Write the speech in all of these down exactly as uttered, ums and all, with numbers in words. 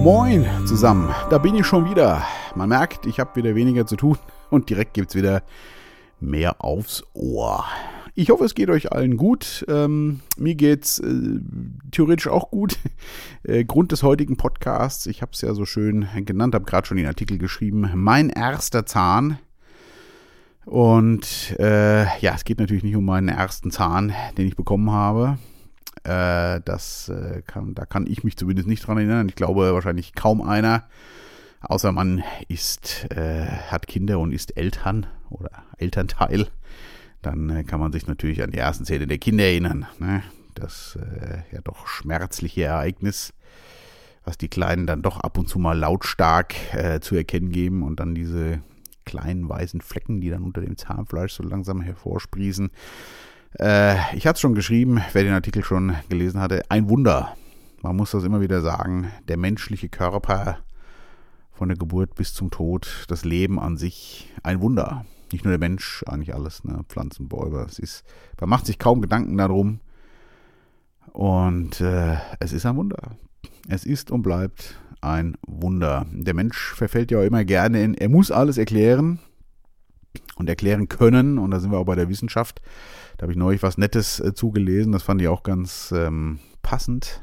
Moin zusammen, da bin ich schon wieder. Man merkt, ich habe wieder weniger zu tun und direkt gibt es wieder mehr aufs Ohr. Ich hoffe, es geht euch allen gut. Ähm, mir geht's äh, theoretisch auch gut. Äh, Grund des heutigen Podcasts, ich habe es ja so schön genannt, habe gerade schon den Artikel geschrieben, mein erster Zahn. Und äh, ja, es geht natürlich nicht um meinen ersten Zahn, den ich bekommen habe. Äh, das äh, kann, da kann ich mich zumindest nicht dran erinnern. Ich glaube wahrscheinlich kaum einer, außer man ist, äh, hat Kinder und ist Eltern oder Elternteil. Dann äh, kann man sich natürlich an die ersten Zähne der Kinder erinnern. Ne? Das äh, ja doch schmerzliche Ereignis, was die Kleinen dann doch ab und zu mal lautstark äh, zu erkennen geben und dann diese kleinen weißen Flecken, die dann unter dem Zahnfleisch so langsam hervorsprießen. Äh, ich hatte es schon geschrieben, wer den Artikel schon gelesen hatte, ein Wunder. Man muss das immer wieder sagen, der menschliche Körper von der Geburt bis zum Tod, das Leben an sich, ein Wunder. Nicht nur der Mensch, eigentlich alles, ne? Pflanzen, Bäume. Es ist, man macht sich kaum Gedanken darum. Und äh, es ist ein Wunder. Es ist und bleibt ein Wunder. Der Mensch verfällt ja auch immer gerne in, er muss alles erklären und erklären können. Und da sind wir auch bei der Wissenschaft. Da habe ich neulich was Nettes äh, zugelesen. Das fand ich auch ganz ähm, passend.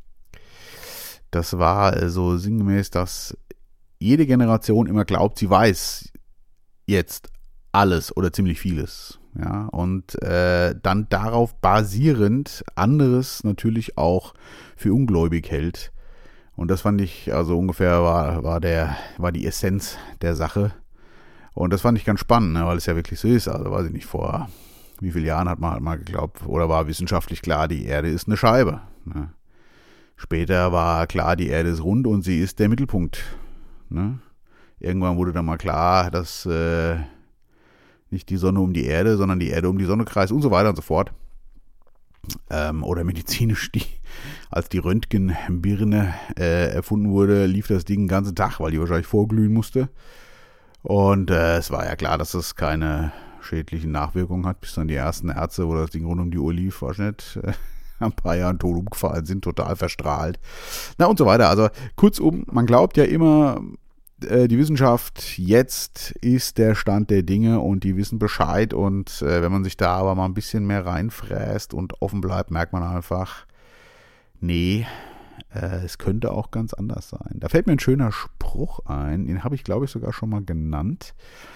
Das war äh, so sinngemäß, dass jede Generation immer glaubt, sie weiß jetzt alles oder ziemlich vieles. Ja, und äh, dann darauf basierend anderes natürlich auch für ungläubig hält. Und das fand ich, also ungefähr war, war, der, war die Essenz der Sache. Und das fand ich ganz spannend, ne, weil es ja wirklich so ist. Also weiß ich nicht, vor wie vielen Jahren hat man halt mal geglaubt, oder war wissenschaftlich klar, die Erde ist eine Scheibe. Ne. Später war klar, die Erde ist rund und sie ist der Mittelpunkt. Ne. Irgendwann wurde dann mal klar, dass äh, nicht die Sonne um die Erde, sondern die Erde um die Sonne kreist und so weiter und so fort. Ähm, oder medizinisch, die, als die Röntgenbirne äh, erfunden wurde, lief das Ding den ganzen Tag, weil die wahrscheinlich vorglühen musste. Und äh, es war ja klar, dass es keine schädlichen Nachwirkungen hat, bis dann die ersten Ärzte, wo das Ding rund um die Uhr lief, wahrscheinlich äh, ein paar Jahren tot umgefallen sind, total verstrahlt. Na und so weiter. Also kurzum, man glaubt ja immer, die Wissenschaft, jetzt ist der Stand der Dinge und die wissen Bescheid und äh, wenn man sich da aber mal ein bisschen mehr reinfräst und offen bleibt, merkt man einfach, nee, äh, es könnte auch ganz anders sein. Da fällt mir ein schöner Spruch ein, den habe ich glaube ich sogar schon mal genannt.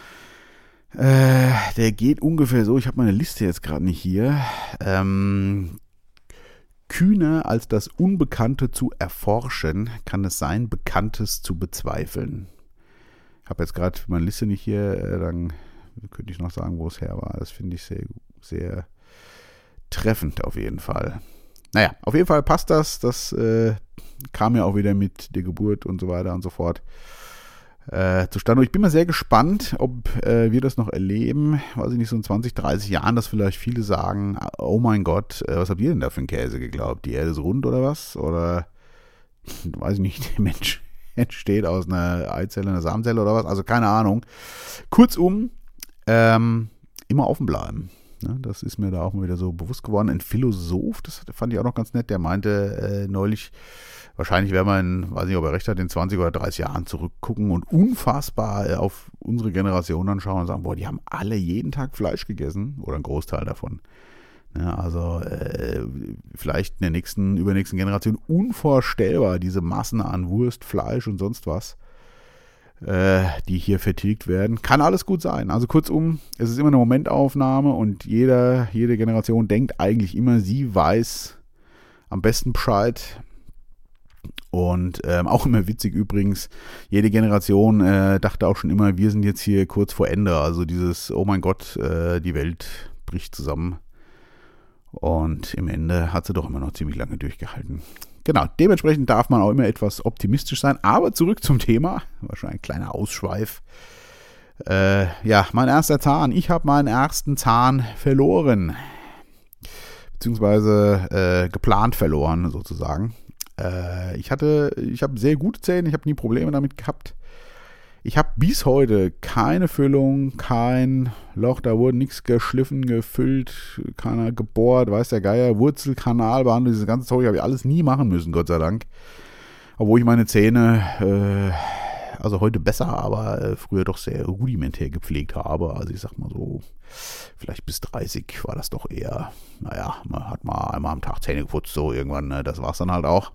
Äh, der geht ungefähr so, ich habe meine Liste jetzt gerade nicht hier, ähm, kühner als das Unbekannte zu erforschen, kann es sein, Bekanntes zu bezweifeln. Ich habe jetzt gerade meine Liste nicht hier, dann könnte ich noch sagen, wo es her war. Das finde ich sehr, sehr treffend auf jeden Fall. Naja, auf jeden Fall passt das. Das äh, kam ja auch wieder mit der Geburt und so weiter und so fort äh, zustande. Und ich bin mal sehr gespannt, ob äh, wir das noch erleben, weiß ich nicht, so in zwanzig, dreißig Jahren, dass vielleicht viele sagen, oh mein Gott, äh, was habt ihr denn da für einen Käse geglaubt? Die Erde ist rund oder was? Oder, weiß ich nicht, der Mensch entsteht aus einer Eizelle, einer Samenzelle oder was? Also keine Ahnung. Kurzum, ähm, immer offen bleiben. Ne? Das ist mir da auch mal wieder so bewusst geworden. Ein Philosoph, das fand ich auch noch ganz nett, der meinte äh, neulich, wahrscheinlich werden wir in, weiß nicht, ob er recht hat, in zwanzig oder dreißig Jahren zurückgucken und unfassbar auf unsere Generation anschauen und sagen, boah, die haben alle jeden Tag Fleisch gegessen oder ein Großteil davon. Ja, also äh, vielleicht in der nächsten, übernächsten Generation unvorstellbar, diese Massen an Wurst, Fleisch und sonst was, äh, die hier vertilgt werden. Kann alles gut sein. Also kurzum, es ist immer eine Momentaufnahme und jeder, jede Generation denkt eigentlich immer, sie weiß am besten Bescheid. Und ähm, auch immer witzig übrigens, jede Generation äh, dachte auch schon immer, wir sind jetzt hier kurz vor Ende. Also dieses, oh mein Gott, äh, die Welt bricht zusammen. Und im Ende hat sie doch immer noch ziemlich lange durchgehalten. Genau, dementsprechend darf man auch immer etwas optimistisch sein. Aber zurück zum Thema, wahrscheinlich ein kleiner Ausschweif. Äh, ja, mein erster Zahn. Ich habe meinen ersten Zahn verloren. Beziehungsweise äh, geplant verloren sozusagen. Äh, ich hatte, ich habe sehr gute Zähne, ich habe nie Probleme damit gehabt. Ich habe bis heute keine Füllung, kein Loch, da wurde nichts geschliffen, gefüllt, keiner gebohrt, weiß der Geier, Wurzelkanal behandelt, dieses ganze Zeug habe ich alles nie machen müssen, Gott sei Dank. Obwohl ich meine Zähne, äh, also heute besser, aber äh, früher doch sehr rudimentär gepflegt habe. Also ich sag mal so, vielleicht bis dreißig war das doch eher, naja, man hat mal einmal am Tag Zähne geputzt, so irgendwann, ne, das war's dann halt auch.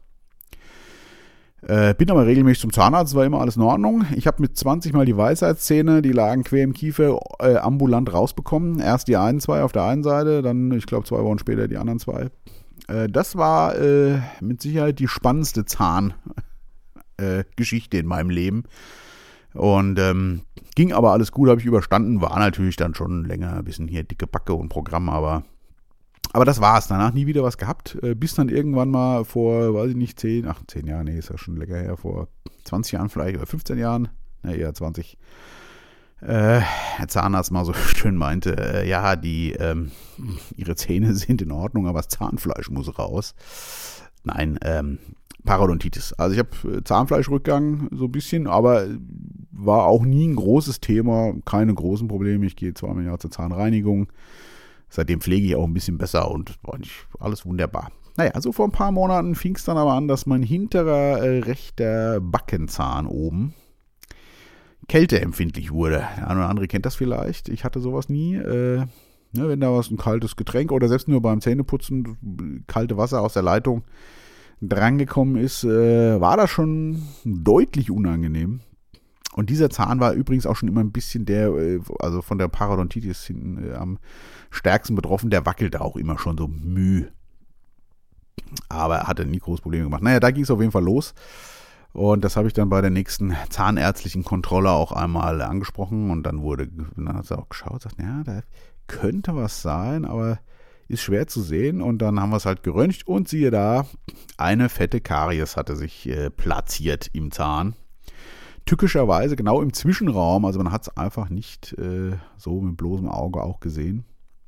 Äh, bin aber regelmäßig zum Zahnarzt, war immer alles in Ordnung. Ich habe mit zwanzig Mal die Weisheitszähne, die lagen quer im Kiefer, äh, ambulant rausbekommen. Erst die einen zwei auf der einen Seite, dann, ich glaube, zwei Wochen später die anderen zwei. Äh, das war äh, mit Sicherheit die spannendste Zahngeschichte äh, in meinem Leben. Und ähm, ging aber alles gut, habe ich überstanden. War natürlich dann schon länger ein bisschen hier dicke Backe und Programm, aber Aber das war's. Danach nie wieder was gehabt. Bis dann irgendwann mal vor, weiß ich nicht, zehn, ach, zehn Jahren, nee, ist ja schon länger her, vor zwanzig Jahren vielleicht oder fünfzehn Jahren, ne, eher zwanzig, äh, der Zahnarzt mal so schön meinte, äh, ja, die, ähm, ihre Zähne sind in Ordnung, aber das Zahnfleisch muss raus. Nein, ähm, Parodontitis. Also ich habe Zahnfleischrückgang so ein bisschen, aber war auch nie ein großes Thema, keine großen Probleme. Ich gehe zweimal im Jahr zur Zahnreinigung. Seitdem pflege ich auch ein bisschen besser und war nicht alles wunderbar. Naja, also vor ein paar Monaten fing es dann aber an, dass mein hinterer äh, rechter Backenzahn oben kälteempfindlich wurde. Der eine oder andere kennt das vielleicht. Ich hatte sowas nie. Äh, ne, wenn da was, ein kaltes Getränk oder selbst nur beim Zähneputzen kalte Wasser aus der Leitung drangekommen ist, äh, war das schon deutlich unangenehm. Und dieser Zahn war übrigens auch schon immer ein bisschen der, also von der Parodontitis hinten äh, am stärksten betroffen, der wackelte auch immer schon so müh. Aber er hatte nie große Probleme gemacht. Naja, da ging es auf jeden Fall los. Und das habe ich dann bei der nächsten zahnärztlichen Kontrolle auch einmal angesprochen. Und dann wurde, dann hat sie auch geschaut, sagt, ja, da könnte was sein, aber ist schwer zu sehen. Und dann haben wir es halt geröntgt und siehe da, eine fette Karies hatte sich äh, platziert im Zahn. Tückischerweise genau im Zwischenraum, also man hat es einfach nicht äh, so mit bloßem Auge auch gesehen.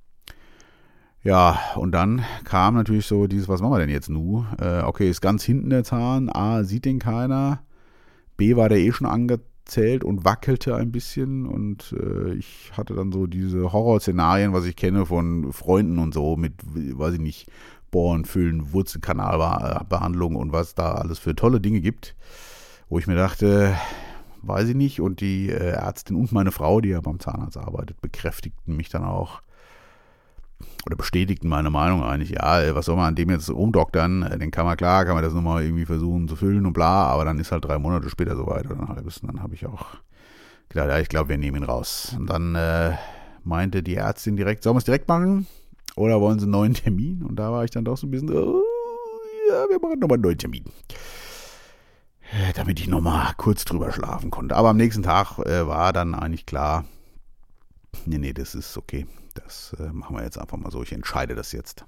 Ja, und dann kam natürlich so dieses, was machen wir denn jetzt nu? Äh, okay, ist ganz hinten der Zahn, A, sieht den keiner, B, war der eh schon angezählt und wackelte ein bisschen und äh, ich hatte dann so diese Horrorszenarien, was ich kenne von Freunden und so, mit, weiß ich nicht, Bohren, Füllen, Wurzelkanalbehandlung und was da alles für tolle Dinge gibt, wo ich mir dachte, weiß ich nicht, und die äh, Ärztin und meine Frau, die ja beim Zahnarzt arbeitet, bekräftigten mich dann auch oder bestätigten meine Meinung eigentlich, ja, was soll man an dem jetzt rumdoktern, den kann man, klar, kann man das nochmal irgendwie versuchen zu füllen und bla, aber dann ist halt drei Monate später soweit oder ein halbes, und dann habe ich auch gedacht, ja, ich glaube, wir nehmen ihn raus. Und dann äh, meinte die Ärztin direkt, sollen wir es direkt machen oder wollen Sie einen neuen Termin? Und da war ich dann doch so ein bisschen, oh, ja, wir machen nochmal einen neuen Termin. Damit ich nochmal kurz drüber schlafen konnte. Aber am nächsten Tag äh, war dann eigentlich klar, nee, nee, das ist okay. Das äh, machen wir jetzt einfach mal so. Ich entscheide das jetzt.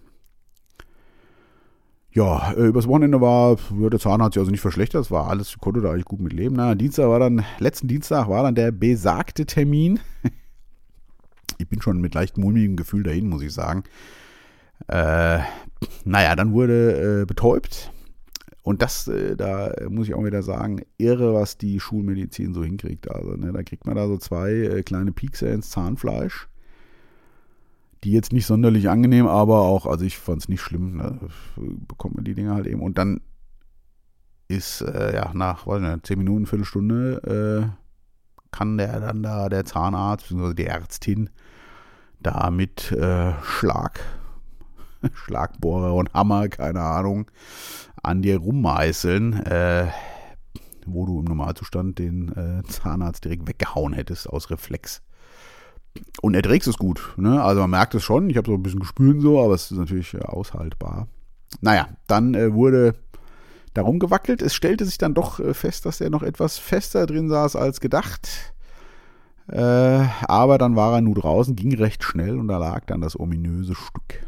Ja, äh, übers Wochenende war, der Zahn hat sich also nicht verschlechtert. Es war alles, ich konnte da eigentlich gut mit leben. Na, Dienstag war dann, letzten Dienstag war dann der besagte Termin. Ich bin schon mit leicht mulmigem Gefühl dahin, muss ich sagen. Äh, naja, dann wurde äh, betäubt. Und das, äh, da muss ich auch wieder sagen, irre, was die Schulmedizin so hinkriegt. Also, ne, da kriegt man da so zwei äh, kleine Piekser ins Zahnfleisch. Die jetzt nicht sonderlich angenehm, aber auch, also ich fand es nicht schlimm, da bekommt man die Dinger halt eben. Und dann ist, äh, ja, nach, weiß nicht, zehn Minuten, Viertelstunde, äh, kann der dann da, der Zahnarzt, beziehungsweise die Ärztin, da mit äh, Schlag, Schlagbohrer und Hammer, keine Ahnung, an dir rummeißeln, äh, wo du im Normalzustand den äh, Zahnarzt direkt weggehauen hättest aus Reflex. Und erträgst es gut, ne? Also man merkt es schon, ich habe so ein bisschen gespürt und so, aber es ist natürlich äh, aushaltbar. Naja, dann äh, wurde darum gewackelt. Es stellte sich dann doch äh, fest, dass er noch etwas fester drin saß als gedacht. Äh, aber dann war er nur draußen, ging recht schnell und da lag dann das ominöse Stück.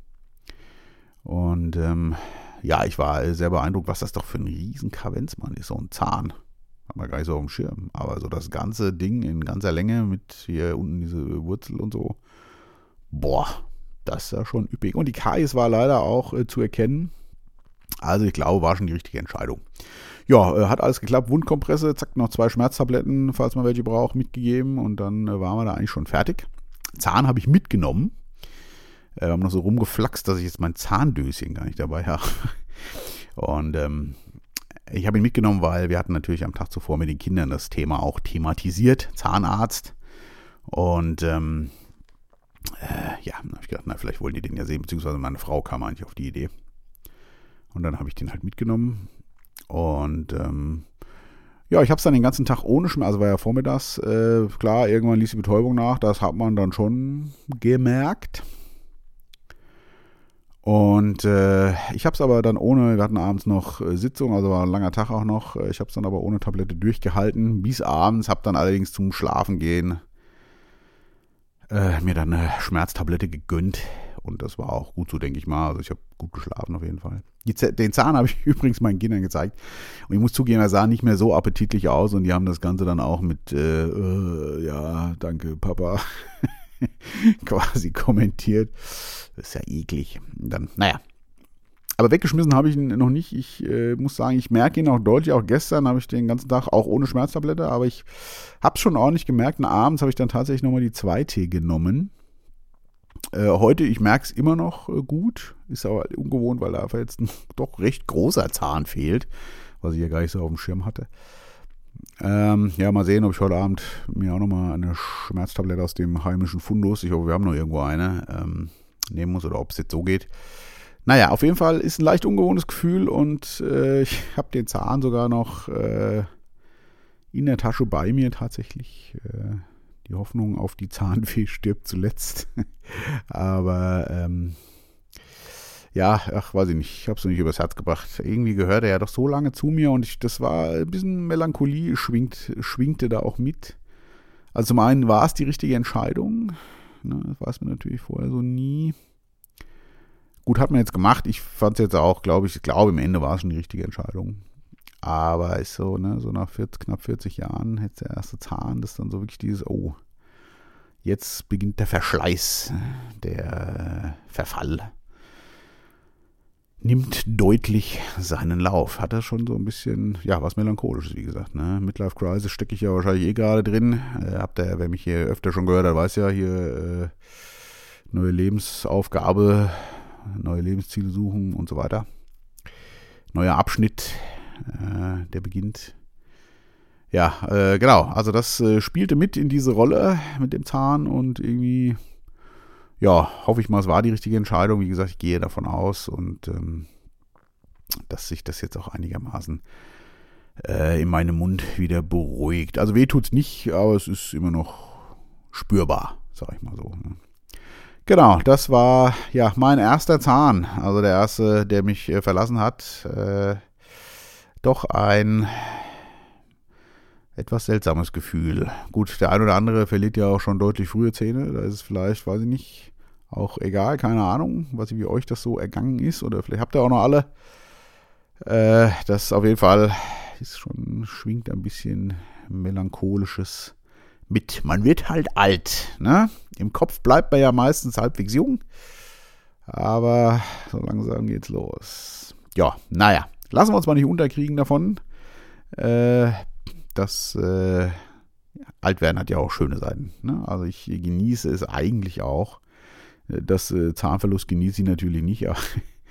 Und ähm, ja, ich war sehr beeindruckt, was das doch für ein riesen Kavenzmann ist, so ein Zahn. Hat man gar nicht so auf dem Schirm. Aber so das ganze Ding in ganzer Länge mit hier unten diese Wurzel und so. Boah, das ist ja schon üppig. Und die Karies war leider auch äh, zu erkennen. Also ich glaube, war schon die richtige Entscheidung. Ja, äh, hat alles geklappt. Wundkompresse, zack, noch zwei Schmerztabletten, falls man welche braucht, mitgegeben. Und dann äh, waren wir da eigentlich schon fertig. Zahn habe ich mitgenommen. Äh, wir haben noch so rumgeflaxt, dass ich jetzt mein Zahndöschen gar nicht dabei habe. Und ähm, ich habe ihn mitgenommen, weil wir hatten natürlich am Tag zuvor mit den Kindern das Thema auch thematisiert, Zahnarzt. Und ähm, äh, ja, dann habe ich gedacht, na, vielleicht wollen die den ja sehen, beziehungsweise meine Frau kam eigentlich auf die Idee. Und dann habe ich den halt mitgenommen. Und ähm, ja, ich habe es dann den ganzen Tag ohne Schmerz, also war ja vormittags, äh, klar, irgendwann ließ die Betäubung nach, das hat man dann schon gemerkt. Und äh, ich habe es aber dann ohne, wir hatten abends noch äh, Sitzung, also war ein langer Tag auch noch, ich habe es dann aber ohne Tablette durchgehalten, bis abends, habe dann allerdings zum Schlafengehen äh, mir dann eine Schmerztablette gegönnt. Und das war auch gut so, denke ich mal. Also ich habe gut geschlafen auf jeden Fall. Den Zahn habe ich übrigens meinen Kindern gezeigt. Und ich muss zugeben, er sah nicht mehr so appetitlich aus. Und die haben das Ganze dann auch mit, äh, äh, ja, danke Papa, quasi kommentiert. Das ist ja eklig. Dann, naja. Aber weggeschmissen habe ich ihn noch nicht. Ich äh, muss sagen, ich merke ihn auch deutlich. Auch gestern habe ich den ganzen Tag, auch ohne Schmerztablette. Aber ich habe es schon ordentlich gemerkt. Und abends habe ich dann tatsächlich nochmal die zwei T genommen. Äh, heute, ich merke es immer noch äh, gut, ist aber ungewohnt, weil da einfach jetzt ein doch recht großer Zahn fehlt, was ich ja gar nicht so auf dem Schirm hatte. Ähm, ja, mal sehen, ob ich heute Abend mir auch nochmal eine Schmerztablette aus dem heimischen Fundus, ich hoffe, wir haben noch irgendwo eine, ähm, nehmen muss oder ob es jetzt so geht. Naja, auf jeden Fall ist ein leicht ungewohntes Gefühl und äh, ich habe den Zahn sogar noch äh, in der Tasche bei mir tatsächlich. Äh, Die Hoffnung auf die Zahnfee stirbt zuletzt. Aber ähm, ja, ach, weiß ich nicht, ich habe es noch nicht übers Herz gebracht. Irgendwie gehört er ja doch so lange zu mir und ich, das war ein bisschen Melancholie, schwingt, schwingte da auch mit. Also zum einen war es die richtige Entscheidung. Ne, das weiß man natürlich vorher so nie. Gut, hat man jetzt gemacht. Ich fand es jetzt auch, glaube ich, ich glaube im Ende war es schon die richtige Entscheidung. Aber ist so, ne, so nach vierzig, knapp vierzig Jahren, jetzt der erste Zahn, das ist dann so wirklich dieses, oh, jetzt beginnt der Verschleiß, der Verfall. Nimmt deutlich seinen Lauf. Hat er schon so ein bisschen, ja, was Melancholisches, wie gesagt, ne? Midlife Crisis stecke ich ja wahrscheinlich eh gerade drin. Äh, habt ihr, wer mich hier öfter schon gehört hat, weiß ja, hier äh, neue Lebensaufgabe, neue Lebensziele suchen und so weiter. Neuer Abschnitt. Äh, der beginnt. Ja, äh, genau. Also das äh, spielte mit in diese Rolle mit dem Zahn und irgendwie, ja, hoffe ich mal, es war die richtige Entscheidung. Wie gesagt, ich gehe davon aus und ähm, dass sich das jetzt auch einigermaßen äh, in meinem Mund wieder beruhigt. Also weh tut's nicht, aber es ist immer noch spürbar, sag ich mal so. Ne? Genau, das war ja mein erster Zahn. Also der erste, der mich äh, verlassen hat. Äh, Doch ein etwas seltsames Gefühl. Gut, der ein oder andere verliert ja auch schon deutlich frühe Zähne. Da ist es vielleicht, weiß ich nicht, auch egal, keine Ahnung, was wie euch das so ergangen ist. Oder vielleicht habt ihr auch noch alle. Äh, das auf jeden Fall ist schon, schwingt ein bisschen Melancholisches mit. Man wird halt alt. Ne? Im Kopf bleibt man ja meistens halbwegs jung. Aber so langsam geht's los. Ja, naja. Lassen wir uns mal nicht unterkriegen davon. Äh, das äh, Altwerden hat ja auch schöne Seiten. Ne? Also ich genieße es eigentlich auch. Das äh, Zahnverlust genieße ich natürlich nicht. Aber,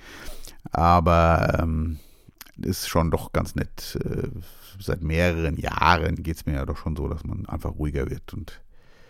aber ähm, ist schon doch ganz nett. Äh, seit mehreren Jahren geht es mir ja doch schon so, dass man einfach ruhiger wird und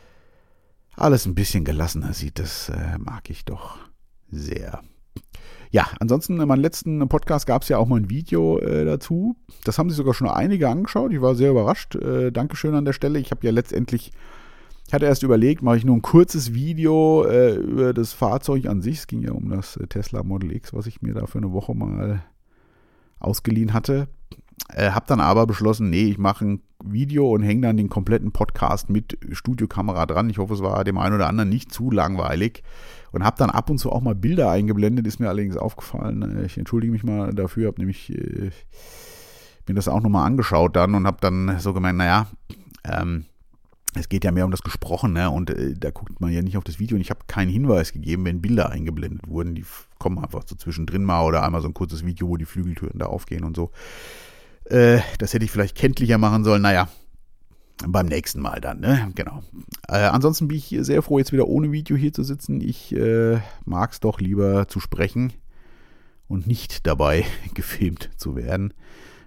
alles ein bisschen gelassener sieht. Das äh, mag ich doch sehr. Ja, ansonsten in meinem letzten Podcast gab es ja auch mal ein Video äh, dazu. Das haben sich sogar schon einige angeschaut. Ich war sehr überrascht. Äh, Dankeschön an der Stelle. Ich habe ja letztendlich, ich hatte erst überlegt, mache ich nur ein kurzes Video äh, über das Fahrzeug an sich. Es ging ja um das Tesla Model X, was ich mir da für eine Woche mal ausgeliehen hatte. Äh, habe dann aber beschlossen, nee, ich mache ein Video und hänge dann den kompletten Podcast mit Studiokamera dran. Ich hoffe, es war dem einen oder anderen nicht zu langweilig. Und habe dann ab und zu auch mal Bilder eingeblendet, ist mir allerdings aufgefallen. Ich entschuldige mich mal dafür, habe nämlich äh, mir das auch nochmal angeschaut dann und habe dann so gemeint, naja, ähm, es geht ja mehr um das Gesprochene und äh, da guckt man ja nicht auf das Video und ich habe keinen Hinweis gegeben, wenn Bilder eingeblendet wurden. Die kommen einfach so zwischendrin mal oder einmal so ein kurzes Video, wo die Flügeltüren da aufgehen und so. Äh, das hätte ich vielleicht kenntlicher machen sollen, naja. Beim nächsten Mal dann, ne? Genau. Äh, ansonsten bin ich sehr froh, jetzt wieder ohne Video hier zu sitzen. Ich äh, mag es doch lieber zu sprechen und nicht dabei gefilmt zu werden.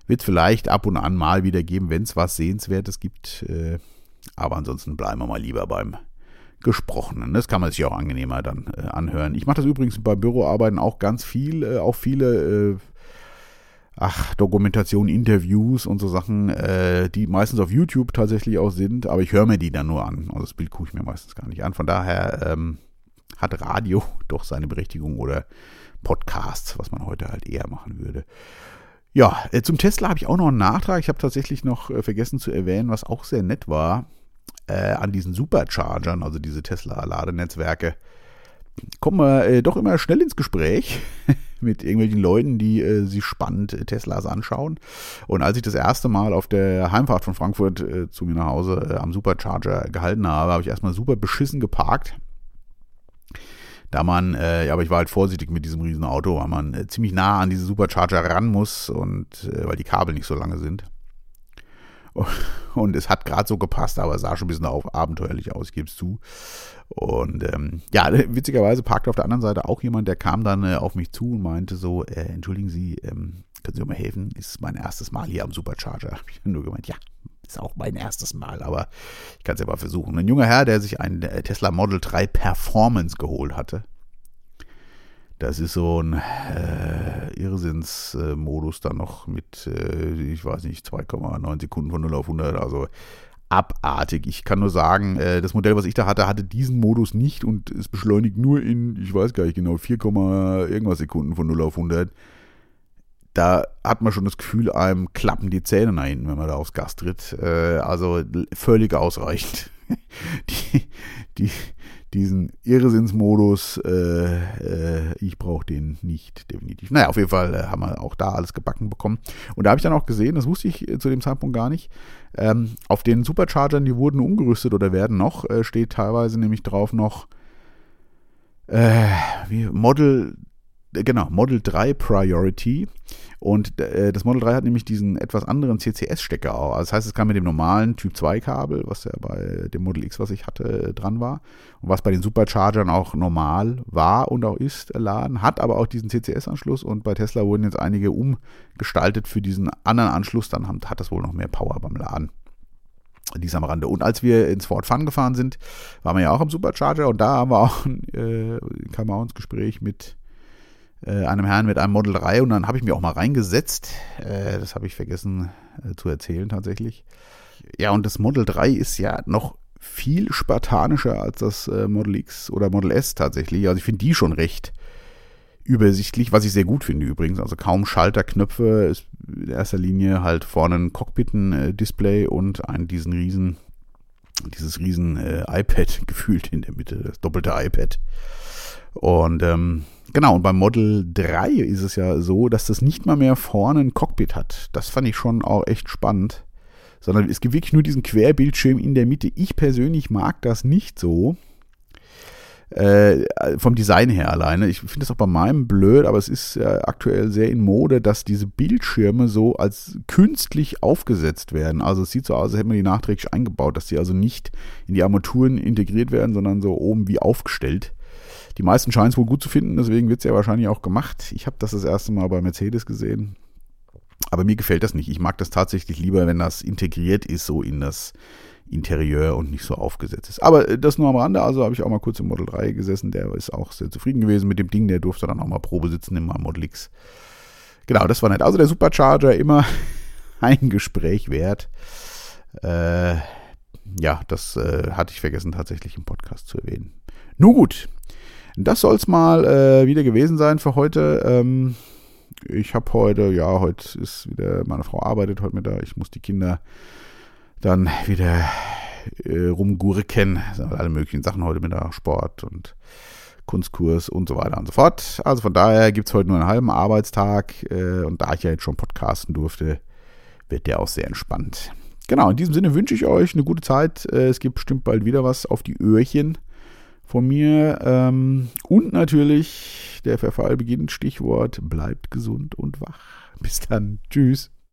Wird es vielleicht ab und an mal wieder geben, wenn es was Sehenswertes gibt. Äh, aber ansonsten bleiben wir mal lieber beim Gesprochenen. Das kann man sich auch angenehmer dann äh, anhören. Ich mache das übrigens bei Büroarbeiten auch ganz viel. Äh, auch viele äh, ach, Dokumentationen, Interviews und so Sachen, äh, die meistens auf YouTube tatsächlich auch sind. Aber ich höre mir die dann nur an. Also das Bild gucke ich mir meistens gar nicht an. Von daher ähm, hat Radio doch seine Berechtigung oder Podcasts, was man heute halt eher machen würde. Ja, äh, zum Tesla habe ich auch noch einen Nachtrag. Ich habe tatsächlich noch äh, vergessen zu erwähnen, was auch sehr nett war. Äh, an diesen Superchargern, also diese Tesla-Ladenetzwerke, kommen wir äh, doch immer schnell ins Gespräch mit irgendwelchen Leuten, die äh, sich spannend äh, Teslas anschauen. Und als ich das erste Mal auf der Heimfahrt von Frankfurt äh, zu mir nach Hause äh, am Supercharger gehalten habe, habe ich erstmal super beschissen geparkt. Da man, äh, ja, aber ich war halt vorsichtig mit diesem riesen Auto, weil man äh, ziemlich nah an diese Supercharger ran muss und äh, weil die Kabel nicht so lange sind. Und es hat gerade so gepasst, aber es sah schon ein bisschen auf, abenteuerlich aus, ich gebe es zu. Und ähm, ja, witzigerweise parkte auf der anderen Seite auch jemand, der kam dann äh, auf mich zu und meinte so, äh, entschuldigen Sie, ähm, können Sie mir mal helfen? Ist mein erstes Mal hier am Supercharger. Habe ich nur gemeint, ja, ist auch mein erstes Mal, aber ich kann es ja mal versuchen. Ein junger Herr, der sich einen Tesla Model drei Performance geholt hatte. Das ist so ein äh, Irrsinnsmodus dann noch mit, äh, ich weiß nicht, zwei Komma neun Sekunden von null auf hundert, also abartig. Ich kann nur sagen, äh, das Modell, was ich da hatte, hatte diesen Modus nicht und es beschleunigt nur in, ich weiß gar nicht genau, vier, irgendwas Sekunden von null auf hundert. Da hat man schon das Gefühl, einem klappen die Zähne nach hinten, wenn man da aufs Gas tritt. Äh, also völlig ausreichend. die, die, diesen Irrsinnsmodus, äh, äh, ich brauche den nicht, definitiv. Naja, auf jeden Fall äh, haben wir auch da alles gebacken bekommen. Und da habe ich dann auch gesehen, das wusste ich äh, zu dem Zeitpunkt gar nicht, ähm, auf den Superchargern, die wurden umgerüstet oder werden noch, äh, steht teilweise nämlich drauf noch äh, wie Model Genau, Model drei Priority. Und äh, das Model drei hat nämlich diesen etwas anderen C C S-Stecker auch. Also das heißt, es kann mit dem normalen Typ zwei Kabel, was ja bei dem Model X, was ich hatte, dran war. Und was bei den Superchargern auch normal war und auch ist, laden. Hat aber auch diesen C C S-Anschluss. Und bei Tesla wurden jetzt einige umgestaltet für diesen anderen Anschluss. Dann haben, hat das wohl noch mehr Power beim Laden. Dies am Rande. Und als wir ins Ford Fun gefahren sind, waren wir ja auch am Supercharger. Und da haben wir auch, äh, kam auch ins Gespräch mit einem Herrn mit einem Model drei und dann habe ich mich auch mal reingesetzt. Äh, das habe ich vergessen äh, zu erzählen tatsächlich. Ja, und das Model drei ist ja noch viel spartanischer als das äh, Model X oder Model S tatsächlich. Also ich finde die schon recht übersichtlich, was ich sehr gut finde übrigens. Also kaum Schalterknöpfe, ist in erster Linie halt vorne ein Cockpit-Display und ein, diesen riesen, dieses riesen äh, iPad gefühlt in der Mitte, das doppelte iPad. Und ähm, genau, und beim Model drei ist es ja so, dass das nicht mal mehr vorne ein Cockpit hat. Das fand ich schon auch echt spannend. Sondern es gibt wirklich nur diesen Querbildschirm in der Mitte. Ich persönlich mag das nicht so. Äh, vom Design her alleine. Ich finde das auch bei meinem blöd, aber es ist ja aktuell sehr in Mode, dass diese Bildschirme so als künstlich aufgesetzt werden. Also es sieht so aus, als hätte man die nachträglich eingebaut, dass die also nicht in die Armaturen integriert werden, sondern so oben wie aufgestellt. Die meisten scheinen es wohl gut zu finden, deswegen wird es ja wahrscheinlich auch gemacht. Ich habe das das erste Mal bei Mercedes gesehen, aber mir gefällt das nicht. Ich mag das tatsächlich lieber, wenn das integriert ist, so in das Interieur und nicht so aufgesetzt ist. Aber das nur am Rande, also habe ich auch mal kurz im Model drei gesessen, der ist auch sehr zufrieden gewesen mit dem Ding, der durfte dann auch mal Probe sitzen in meinem Model X. Genau, das war nett. Also der Supercharger, immer ein Gespräch wert. Äh, ja, das äh, hatte ich vergessen tatsächlich im Podcast zu erwähnen. Nun gut. Das soll es mal äh, wieder gewesen sein für heute. Ähm, ich habe heute, ja, heute ist wieder, meine Frau arbeitet heute Mittag. Ich muss die Kinder dann wieder äh, rumgurken. Das sind alle möglichen Sachen heute Mittag, Sport und Kunstkurs und so weiter und so fort. Also von daher gibt es heute nur einen halben Arbeitstag. Äh, und da ich ja jetzt schon podcasten durfte, wird der auch sehr entspannt. Genau, in diesem Sinne wünsche ich euch eine gute Zeit. Äh, es gibt bestimmt bald wieder was auf die Öhrchen von mir. Ähm, und natürlich, der Verfall beginnt, Stichwort, bleibt gesund und wach. Bis dann. Tschüss.